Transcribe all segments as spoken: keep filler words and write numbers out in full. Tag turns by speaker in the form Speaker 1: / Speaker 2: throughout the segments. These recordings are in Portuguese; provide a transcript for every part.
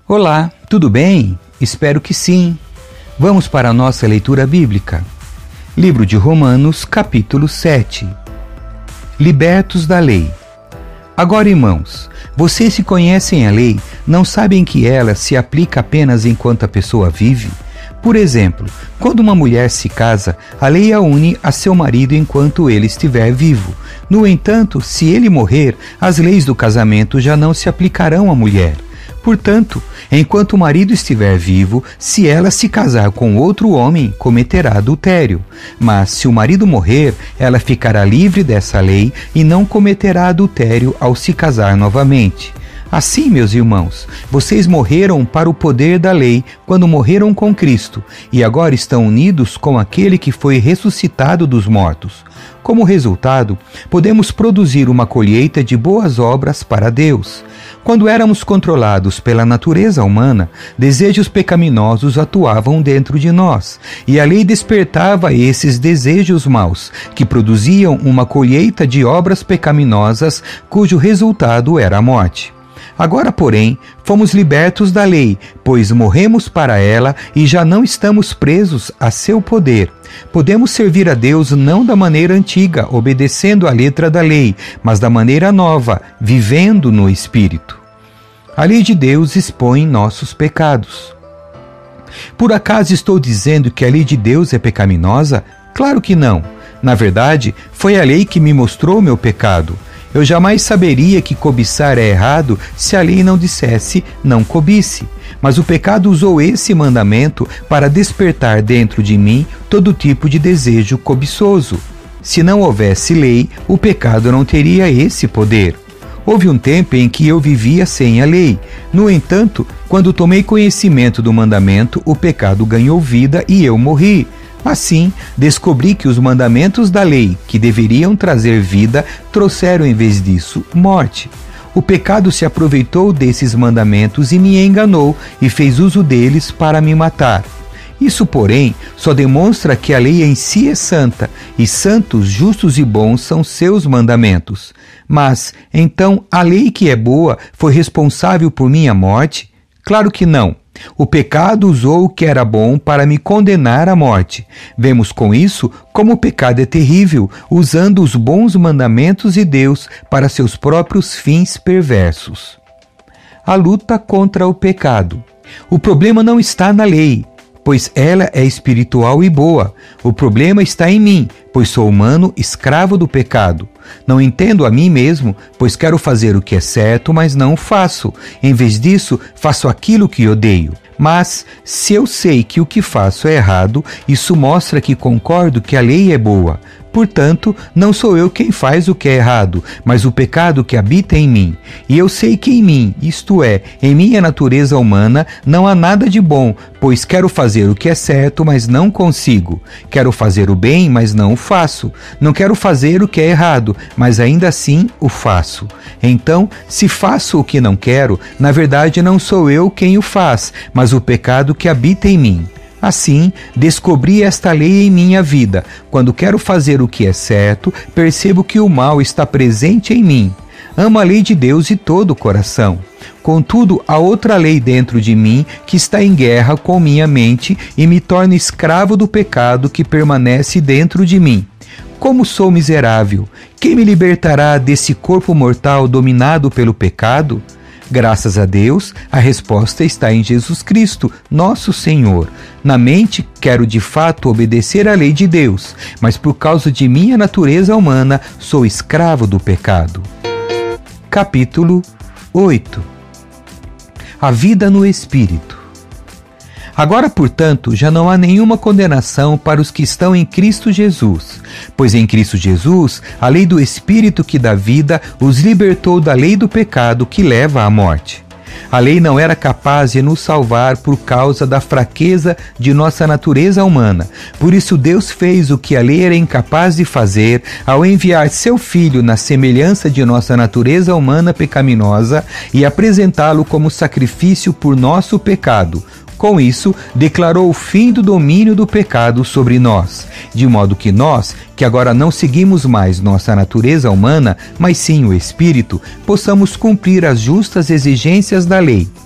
Speaker 1: Olá, tudo bem? Espero que sim. Vamos para a nossa leitura bíblica. Livro de Romanos, capítulo sete. Libertos da lei. Agora, irmãos, vocês que conhecem a lei, não sabem que ela se aplica apenas enquanto a pessoa vive? Por exemplo, quando uma mulher se casa, a lei a une a seu marido enquanto ele estiver vivo. No entanto, se ele morrer, as leis do casamento já não se aplicarão à mulher. Portanto, enquanto o marido estiver vivo, se ela se casar com outro homem, cometerá adultério. Mas se o marido morrer, ela ficará livre dessa lei e não cometerá adultério ao se casar novamente. Assim, meus irmãos, vocês morreram para o poder da lei quando morreram com Cristo e agora estão unidos com aquele que foi ressuscitado dos mortos. Como resultado, podemos produzir uma colheita de boas obras para Deus. Quando éramos controlados pela natureza humana, desejos pecaminosos atuavam dentro de nós, e a lei despertava esses desejos maus, que produziam uma colheita de obras pecaminosas, cujo resultado era a morte. Agora, porém, fomos libertos da lei, pois morremos para ela e já não estamos presos a seu poder. Podemos servir a Deus não da maneira antiga, obedecendo à letra da lei, mas da maneira nova, vivendo no Espírito. A lei de Deus expõe nossos pecados. Por acaso estou dizendo que a lei de Deus é pecaminosa? Claro que não. Na verdade, foi a lei que me mostrou meu pecado. Eu jamais saberia que cobiçar é errado se a lei não dissesse não cobice. Mas o pecado usou esse mandamento para despertar dentro de mim todo tipo de desejo cobiçoso. Se não houvesse lei, o pecado não teria esse poder. Houve um tempo em que eu vivia sem a lei. No entanto, quando tomei conhecimento do mandamento, o pecado ganhou vida e eu morri. Assim, descobri que os mandamentos da lei, que deveriam trazer vida, trouxeram em vez disso morte. O pecado se aproveitou desses mandamentos e me enganou e fez uso deles para me matar. Isso, porém, só demonstra que a lei em si é santa, e santos, justos e bons são seus mandamentos. Mas, então, a lei que é boa foi responsável por minha morte? Claro que não. O pecado usou o que era bom para me condenar à morte. Vemos com isso como o pecado é terrível, usando os bons mandamentos de Deus para seus próprios fins perversos. A luta contra o pecado. O problema não está na lei, pois ela é espiritual e boa. O problema está em mim, pois sou humano, escravo do pecado. Não entendo a mim mesmo, pois quero fazer o que é certo, mas não o faço. Em vez disso, faço aquilo que odeio. Mas, se eu sei que o que faço é errado, isso mostra que concordo que a lei é boa. Portanto, não sou eu quem faz o que é errado, mas o pecado que habita em mim. E eu sei que em mim, isto é, em minha natureza humana, não há nada de bom, pois quero fazer o que é certo, mas não consigo. Quero fazer o bem, mas não o faço. Não quero fazer o que é errado, mas ainda assim o faço. Então, se faço o que não quero, na verdade não sou eu quem o faz, mas o pecado que habita em mim. Assim, descobri esta lei em minha vida. Quando quero fazer o que é certo, percebo que o mal está presente em mim. Amo a lei de Deus de todo o coração. Contudo, há outra lei dentro de mim que está em guerra com minha mente e me torna escravo do pecado que permanece dentro de mim. Como sou miserável! Quem me libertará desse corpo mortal dominado pelo pecado? Graças a Deus, a resposta está em Jesus Cristo, nosso Senhor. Na mente, quero de fato obedecer à lei de Deus, mas por causa de minha natureza humana, sou escravo do pecado. Capítulo oito. A vida no Espírito. Agora, portanto, já não há nenhuma condenação para os que estão em Cristo Jesus, pois em Cristo Jesus, a lei do Espírito que dá vida os libertou da lei do pecado que leva à morte. A lei não era capaz de nos salvar por causa da fraqueza de nossa natureza humana. Por isso Deus fez o que a lei era incapaz de fazer ao enviar seu Filho na semelhança de nossa natureza humana pecaminosa e apresentá-lo como sacrifício por nosso pecado. Com isso, declarou o fim do domínio do pecado sobre nós, de modo que nós, que agora não seguimos mais nossa natureza humana, mas sim o Espírito, possamos cumprir as justas exigências da lei.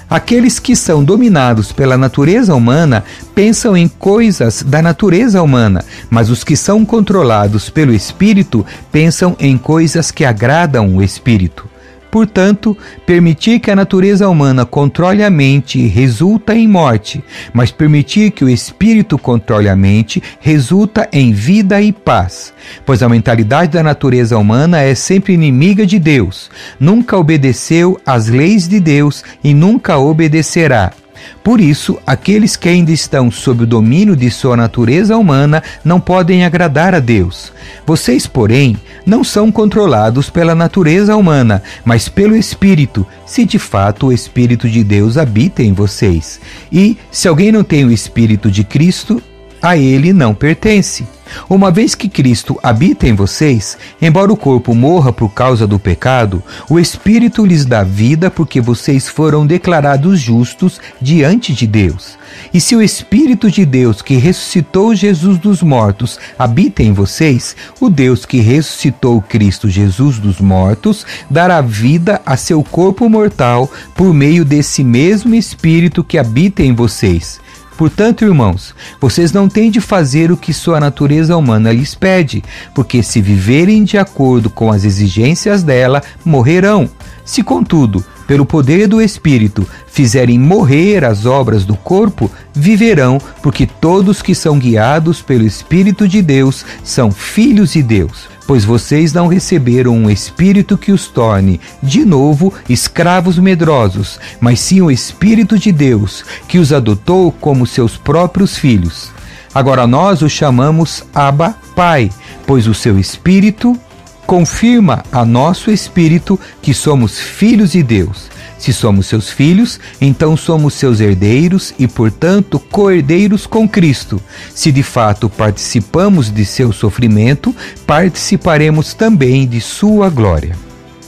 Speaker 1: Aqueles que são dominados pela natureza humana pensam em coisas da natureza humana, mas os que são controlados pelo Espírito pensam em coisas que agradam o Espírito. Portanto, permitir que a natureza humana controle a mente resulta em morte, mas permitir que o Espírito controle a mente resulta em vida e paz. Pois a mentalidade da natureza humana é sempre inimiga de Deus, nunca obedeceu às leis de Deus e nunca obedecerá. Por isso, aqueles que ainda estão sob o domínio de sua natureza humana não podem agradar a Deus. Vocês, porém, não são controlados pela natureza humana, mas pelo Espírito, se de fato o Espírito de Deus habita em vocês. E, se alguém não tem o Espírito de Cristo, a ele não pertence. Uma vez que Cristo habita em vocês, embora o corpo morra por causa do pecado, o Espírito lhes dá vida porque vocês foram declarados justos diante de Deus. E se o Espírito de Deus que ressuscitou Jesus dos mortos habita em vocês, o Deus que ressuscitou Cristo Jesus dos mortos dará vida a seu corpo mortal por meio desse mesmo Espírito que habita em vocês. Portanto, irmãos, vocês não têm de fazer o que sua natureza humana lhes pede, porque se viverem de acordo com as exigências dela, morrerão. Se, contudo, pelo poder do Espírito, fizerem morrer as obras do corpo, viverão, porque todos que são guiados pelo Espírito de Deus são filhos de Deus. Pois vocês não receberam um espírito que os torne, de novo, escravos medrosos, mas sim o Espírito de Deus, que os adotou como seus próprios filhos. Agora nós o chamamos Abba, Pai, pois o seu Espírito confirma a nosso espírito que somos filhos de Deus. Se somos seus filhos, então somos seus herdeiros e, portanto, co-herdeiros com Cristo. Se de fato participamos de seu sofrimento, participaremos também de sua glória.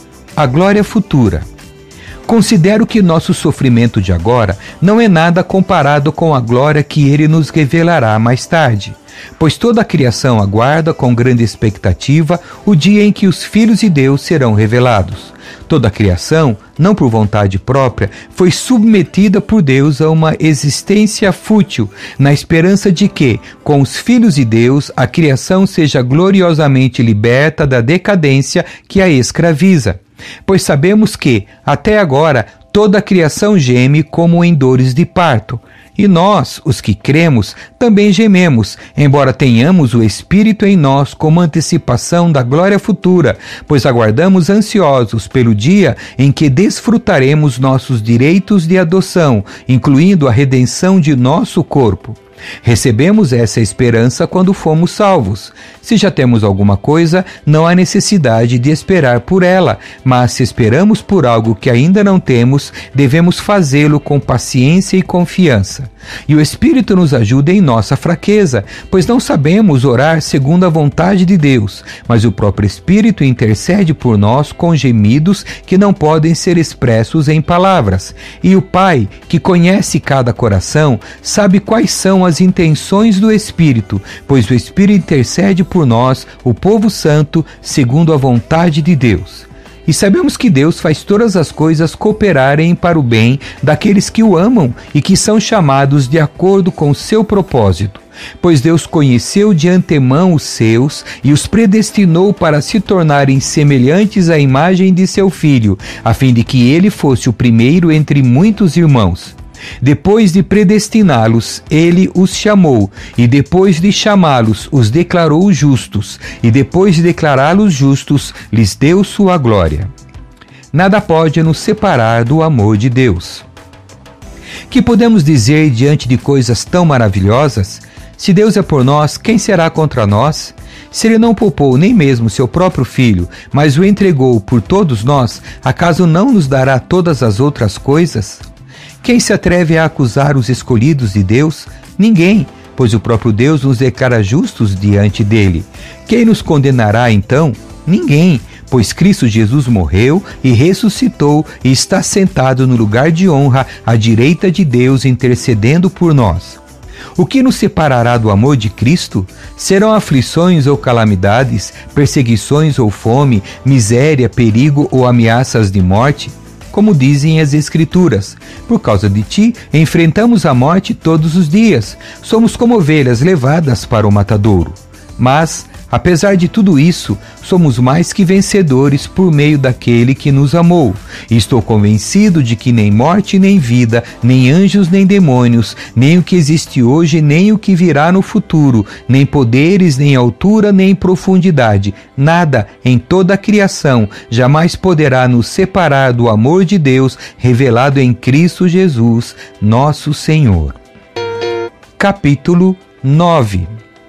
Speaker 1: A glória futura. Considero que nosso sofrimento de agora não é nada comparado com a glória que ele nos revelará mais tarde. Pois toda a criação aguarda com grande expectativa o dia em que os filhos de Deus serão revelados. Toda a criação, não por vontade própria, foi submetida por Deus a uma existência fútil, na esperança de que, com os filhos de Deus, a criação seja gloriosamente liberta da decadência que a escraviza. Pois sabemos que, até agora, toda a criação geme como em dores de parto. E nós, os que cremos, também gememos, embora tenhamos o Espírito em nós como antecipação da glória futura, pois aguardamos ansiosos pelo dia em que desfrutaremos nossos direitos de adoção, incluindo a redenção de nosso corpo. Recebemos essa esperança quando fomos salvos. Se já temos alguma coisa, não há necessidade de esperar por ela, mas se esperamos por algo que ainda não temos, devemos fazê-lo com paciência e confiança. E o Espírito nos ajuda em nossa fraqueza, pois não sabemos orar segundo a vontade de Deus, mas o próprio Espírito intercede por nós com gemidos que não podem ser expressos em palavras. E o Pai, que conhece cada coração, sabe quais são as as intenções do Espírito, pois o Espírito intercede por nós, o povo santo, segundo a vontade de Deus. E sabemos que Deus faz todas as coisas cooperarem para o bem daqueles que o amam e que são chamados de acordo com o seu propósito. Pois Deus conheceu de antemão os seus e os predestinou para se tornarem semelhantes à imagem de seu Filho, a fim de que ele fosse o primeiro entre muitos irmãos. Depois de predestiná-los, ele os chamou, e depois de chamá-los, os declarou justos, e depois de declará-los justos, lhes deu sua glória. Nada pode nos separar do amor de Deus. Que podemos dizer diante de coisas tão maravilhosas? Se Deus é por nós, quem será contra nós? Se ele não poupou nem mesmo seu próprio Filho, mas o entregou por todos nós, acaso não nos dará todas as outras coisas? Quem se atreve a acusar os escolhidos de Deus? Ninguém, pois o próprio Deus nos declara justos diante dele. Quem nos condenará então? Ninguém, pois Cristo Jesus morreu e ressuscitou e está sentado no lugar de honra à direita de Deus, intercedendo por nós. O que nos separará do amor de Cristo? Serão aflições ou calamidades, perseguições ou fome, miséria, perigo ou ameaças de morte? como dizem as Escrituras. Por causa de ti, enfrentamos a morte todos os dias. Somos como ovelhas levadas para o matadouro. Mas, apesar de tudo isso, somos mais que vencedores por meio daquele que nos amou. E estou convencido de que nem morte, nem vida, nem anjos, nem demônios, nem o que existe hoje, nem o que virá no futuro, nem poderes, nem altura, nem profundidade, nada em toda a criação jamais poderá nos separar do amor de Deus revelado em Cristo Jesus, nosso Senhor. Capítulo nove.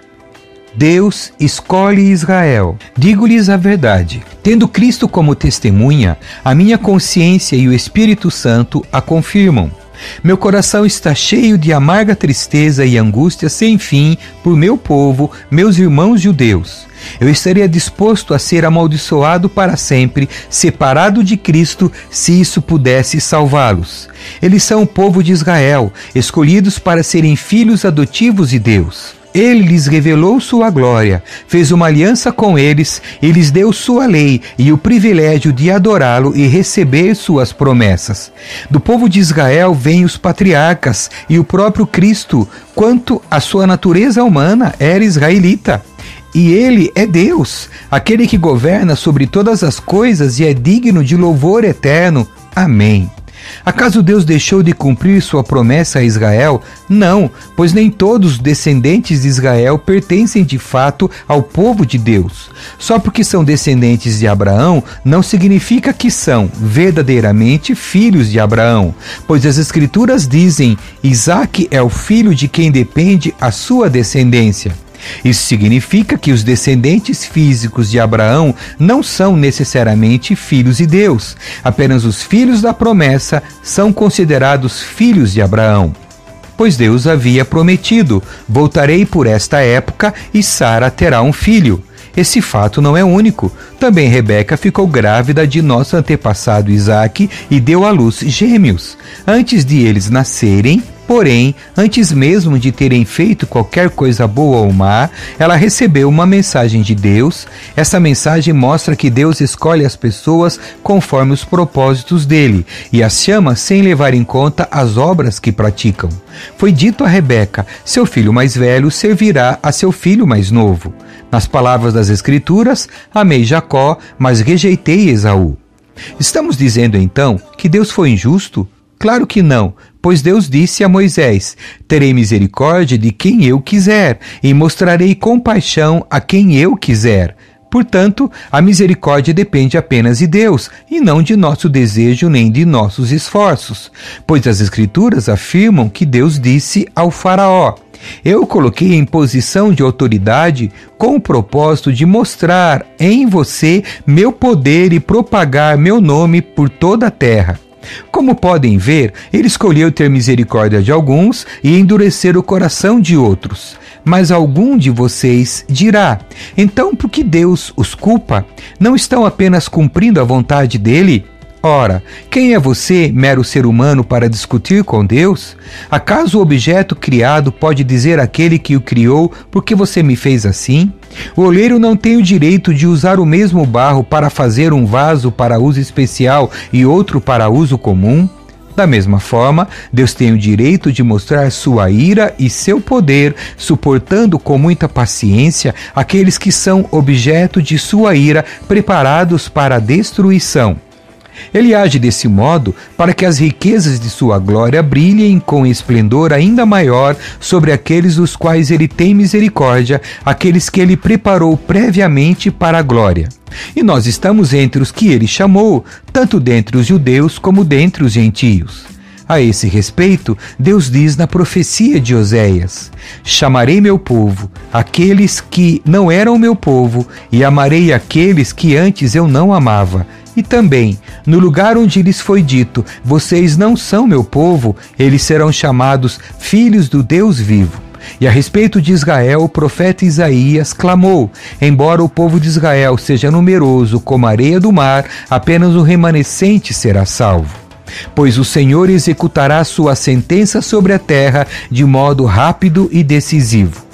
Speaker 1: Deus escolhe Israel. Digo-lhes a verdade. Tendo Cristo como testemunha, a minha consciência e o Espírito Santo a confirmam. Meu coração está cheio de amarga tristeza e angústia sem fim por meu povo, meus irmãos judeus. Eu estaria disposto a ser amaldiçoado para sempre, separado de Cristo, se isso pudesse salvá-los. Eles são o povo de Israel, escolhidos para serem filhos adotivos de Deus. Ele lhes revelou sua glória, fez uma aliança com eles e lhes deu sua lei e o privilégio de adorá-lo e receber suas promessas. Do povo de Israel vêm os patriarcas e o próprio Cristo, quanto à sua natureza humana, era israelita. E ele é Deus, aquele que governa sobre todas as coisas e é digno de louvor eterno. Amém. Acaso Deus deixou de cumprir sua promessa a Israel? Não, pois nem todos os descendentes de Israel pertencem de fato ao povo de Deus. Só porque são descendentes de Abraão, não significa que são verdadeiramente filhos de Abraão, pois as Escrituras dizem: Isaque é o filho de quem depende a sua descendência. Isso significa que os descendentes físicos de Abraão não são necessariamente filhos de Deus. Apenas os filhos da promessa são considerados filhos de Abraão. Pois Deus havia prometido: voltarei por esta época e Sara terá um filho. Esse fato não é único. Também Rebeca ficou grávida de nosso antepassado Isaque e deu à luz gêmeos. Antes de eles nascerem, porém, antes mesmo de terem feito qualquer coisa boa ou má, ela recebeu uma mensagem de Deus. Essa mensagem mostra que Deus escolhe as pessoas conforme os propósitos dele e as chama sem levar em conta as obras que praticam. Foi dito a Rebeca: seu filho mais velho servirá a seu filho mais novo. Nas palavras das Escrituras, amei Jacó, mas rejeitei Esaú. Estamos dizendo então que Deus foi injusto? Claro que não, pois Deus disse a Moisés: terei misericórdia de quem eu quiser e mostrarei compaixão a quem eu quiser. Portanto, a misericórdia depende apenas de Deus e não de nosso desejo nem de nossos esforços, pois as Escrituras afirmam que Deus disse ao faraó: eu o coloquei em posição de autoridade com o propósito de mostrar em você meu poder e propagar meu nome por toda a terra. Como podem ver, ele escolheu ter misericórdia de alguns e endurecer o coração de outros. Mas algum de vocês dirá: então por que Deus os culpa? Não estão apenas cumprindo a vontade dele? Ora, quem é você, mero ser humano, para discutir com Deus? Acaso o objeto criado pode dizer àquele que o criou: por que você me fez assim? O oleiro não tem o direito de usar o mesmo barro para fazer um vaso para uso especial e outro para uso comum? Da mesma forma, Deus tem o direito de mostrar sua ira e seu poder, suportando com muita paciência aqueles que são objeto de sua ira, preparados para a destruição. Ele age desse modo para que as riquezas de sua glória brilhem com esplendor ainda maior sobre aqueles dos quais ele tem misericórdia, aqueles que ele preparou previamente para a glória. E nós estamos entre os que ele chamou, tanto dentre os judeus como dentre os gentios. A esse respeito, Deus diz na profecia de Oséias: chamarei meu povo, aqueles que não eram meu povo, e amarei aqueles que antes eu não amava. E também, no lugar onde lhes foi dito: vocês não são meu povo, eles serão chamados filhos do Deus vivo. E a respeito de Israel, o profeta Isaías clamou: embora o povo de Israel seja numeroso como a areia do mar, apenas o remanescente será salvo. Pois o Senhor executará sua sentença sobre a terra de modo rápido e decisivo.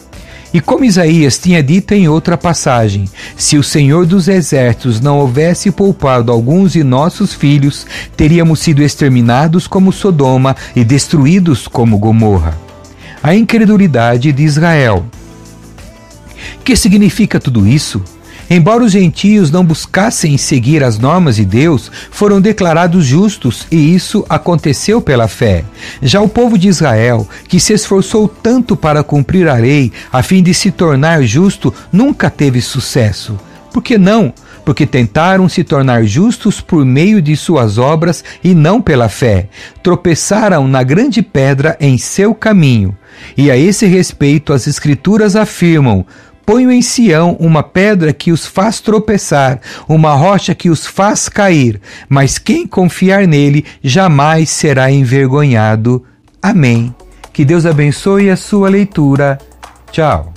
Speaker 1: E como Isaías tinha dito em outra passagem, se o Senhor dos Exércitos não houvesse poupado alguns de nossos filhos, teríamos sido exterminados como Sodoma e destruídos como Gomorra. A incredulidade de Israel. Que significa tudo isso? Embora os gentios não buscassem seguir as normas de Deus, foram declarados justos e isso aconteceu pela fé. Já o povo de Israel, que se esforçou tanto para cumprir a lei a fim de se tornar justo, nunca teve sucesso. Por que não? Porque tentaram se tornar justos por meio de suas obras e não pela fé. Tropeçaram na grande pedra em seu caminho. E a esse respeito as Escrituras afirmam: ponho em Sião uma pedra que os faz tropeçar, uma rocha que os faz cair, mas quem confiar nele jamais será envergonhado. Amém. Que Deus abençoe a sua leitura. Tchau.